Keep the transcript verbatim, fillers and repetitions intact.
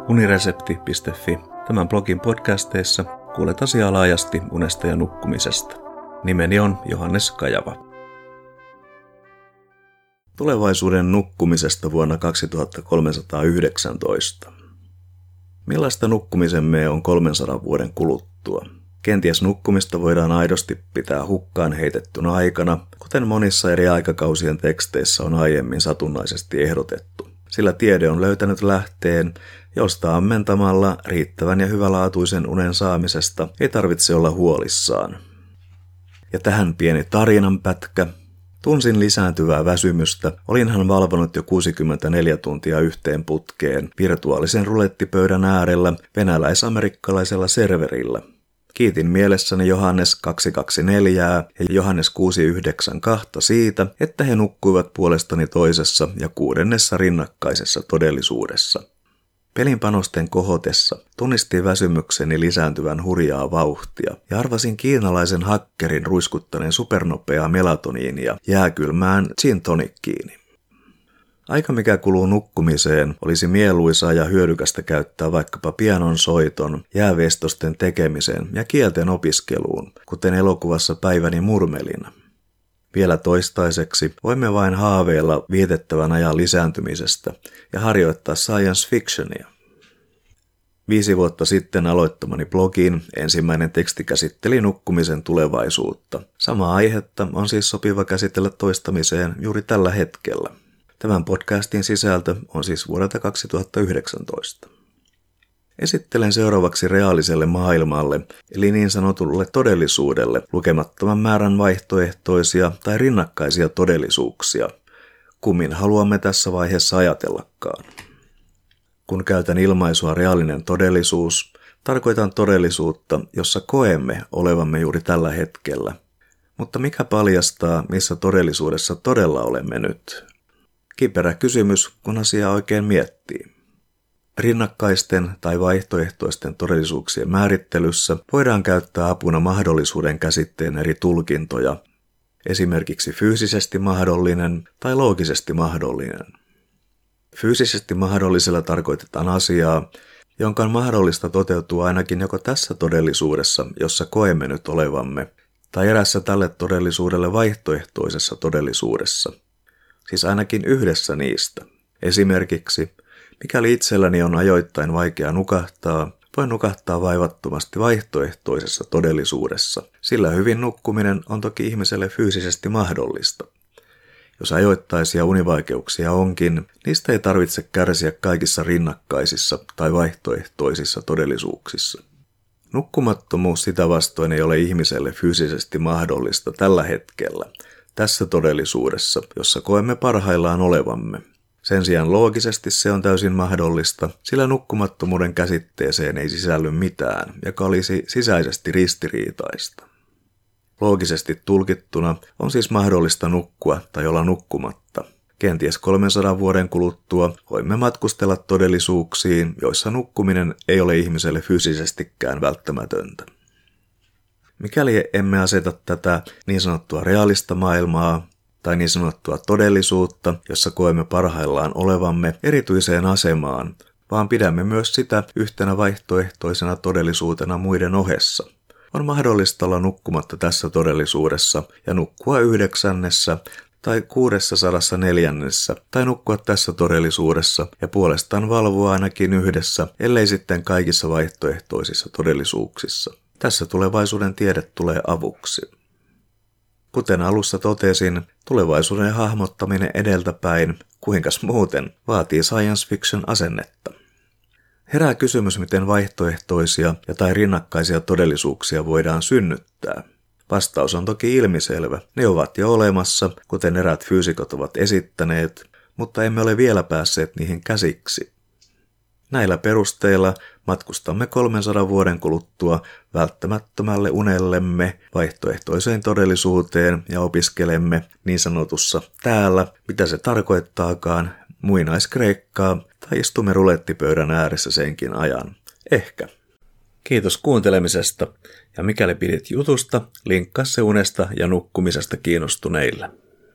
uniresepti piste fi. Tämän blogin podcasteissa kuulet asiaa laajasti unesta ja nukkumisesta. Nimeni on Johannes Kajava. Tulevaisuuden nukkumisesta vuonna kaksituhattakolmesataayhdeksäntoista. Millaista nukkumisemme on kolmensadan vuoden kuluttua? Kenties nukkumista voidaan aidosti pitää hukkaan heitettynä aikana, kuten monissa eri aikakausien teksteissä on aiemmin satunnaisesti ehdotettu. Sillä tiede on löytänyt lähteen, josta ammentamalla riittävän ja hyvälaatuisen unen saamisesta ei tarvitse olla huolissaan. Ja tähän pieni tarinanpätkä. Tunsin lisääntyvää väsymystä, olinhan valvonut jo kuusikymmentäneljä tuntia yhteen putkeen virtuaalisen rulettipöydän äärellä venäläis-amerikkalaisella serverillä. Kiitin mielessäni Johannes kaksisataakaksikymmentäneljä ja Johannes kuusisataayhdeksänkymmentäkaksi siitä, että he nukkuivat puolestani toisessa ja kuudennessa rinnakkaisessa todellisuudessa. Pelinpanosten kohotessa tunnistin väsymykseni lisääntyvän hurjaa vauhtia ja arvasin kiinalaisen hakkerin ruiskuttaneen supernopeaa melatoniinia jääkylmään gin tonickiini. Aika mikä kuluu nukkumiseen olisi mieluisaa ja hyödykästä käyttää vaikkapa pianon soiton, jäävestosten tekemiseen ja kielten opiskeluun, kuten elokuvassa Päiväni murmelina. Vielä toistaiseksi voimme vain haaveilla vietettävän ajan lisääntymisestä ja harjoittaa science fictionia. Viisi vuotta sitten aloittamani blogin ensimmäinen teksti käsitteli nukkumisen tulevaisuutta. Samaa aihetta on siis sopiva käsitellä toistamiseen juuri tällä hetkellä. Tämän podcastin sisältö on siis vuodelta kaksituhattayhdeksäntoista. Esittelen seuraavaksi reaaliselle maailmalle, eli niin sanotulle todellisuudelle, lukemattoman määrän vaihtoehtoisia tai rinnakkaisia todellisuuksia, kummin haluamme tässä vaiheessa ajatellakaan. Kun käytän ilmaisua reaalinen todellisuus, tarkoitan todellisuutta, jossa koemme olevamme juuri tällä hetkellä. Mutta mikä paljastaa, missä todellisuudessa todella olemme nyt? Kiperä kysymys, kun asiaa oikein miettii. Rinnakkaisten tai vaihtoehtoisten todellisuuksien määrittelyssä voidaan käyttää apuna mahdollisuuden käsitteen eri tulkintoja, esimerkiksi fyysisesti mahdollinen tai loogisesti mahdollinen. Fyysisesti mahdollisella tarkoitetaan asiaa, jonka on mahdollista toteutua ainakin joko tässä todellisuudessa, jossa koemme nyt olevamme, tai erässä tälle todellisuudelle vaihtoehtoisessa todellisuudessa. Siis ainakin yhdessä niistä. Esimerkiksi, mikäli itselläni on ajoittain vaikea nukahtaa, voin nukahtaa vaivattomasti vaihtoehtoisessa todellisuudessa, sillä hyvin nukkuminen on toki ihmiselle fyysisesti mahdollista. Jos ajoittaisia univaikeuksia onkin, niistä ei tarvitse kärsiä kaikissa rinnakkaisissa tai vaihtoehtoisissa todellisuuksissa. Nukkumattomuus sitä vastoin ei ole ihmiselle fyysisesti mahdollista tällä hetkellä, tässä todellisuudessa, jossa koemme parhaillaan olevamme. Sen sijaan loogisesti se on täysin mahdollista, sillä nukkumattomuuden käsitteeseen ei sisälly mitään, joka olisi sisäisesti ristiriitaista. Loogisesti tulkittuna on siis mahdollista nukkua tai olla nukkumatta. Kenties kolmensadan vuoden kuluttua voimme matkustella todellisuuksiin, joissa nukkuminen ei ole ihmiselle fyysisestikään välttämätöntä. Mikäli emme aseta tätä niin sanottua realista maailmaa tai niin sanottua todellisuutta, jossa koemme parhaillaan olevamme erityiseen asemaan, vaan pidämme myös sitä yhtenä vaihtoehtoisena todellisuutena muiden ohessa, on mahdollista olla nukkumatta tässä todellisuudessa ja nukkua yhdeksännessä tai kuudessasadassa neljännessä tai nukkua tässä todellisuudessa ja puolestaan valvoa ainakin yhdessä, ellei sitten kaikissa vaihtoehtoisissa todellisuuksissa. Tässä tulevaisuuden tiede tulee avuksi. Kuten alussa totesin, tulevaisuuden hahmottaminen edeltäpäin, kuinkas muuten, vaatii science fiction asennetta. Herää kysymys, miten vaihtoehtoisia ja tai rinnakkaisia todellisuuksia voidaan synnyttää. Vastaus on toki ilmiselvä. Ne ovat jo olemassa, kuten eräät fyysikot ovat esittäneet, mutta emme ole vielä päässeet niihin käsiksi. Näillä perusteilla matkustamme kolmensadan vuoden kuluttua välttämättömälle unellemme vaihtoehtoiseen todellisuuteen ja opiskelemme niin sanotussa täällä, mitä se tarkoittaakaan, muinaiskreikkaa tai istumme rulettipöydän ääressä senkin ajan. Ehkä. Kiitos kuuntelemisesta ja mikäli pidit jutusta, linkkaa se unesta ja nukkumisesta kiinnostuneille.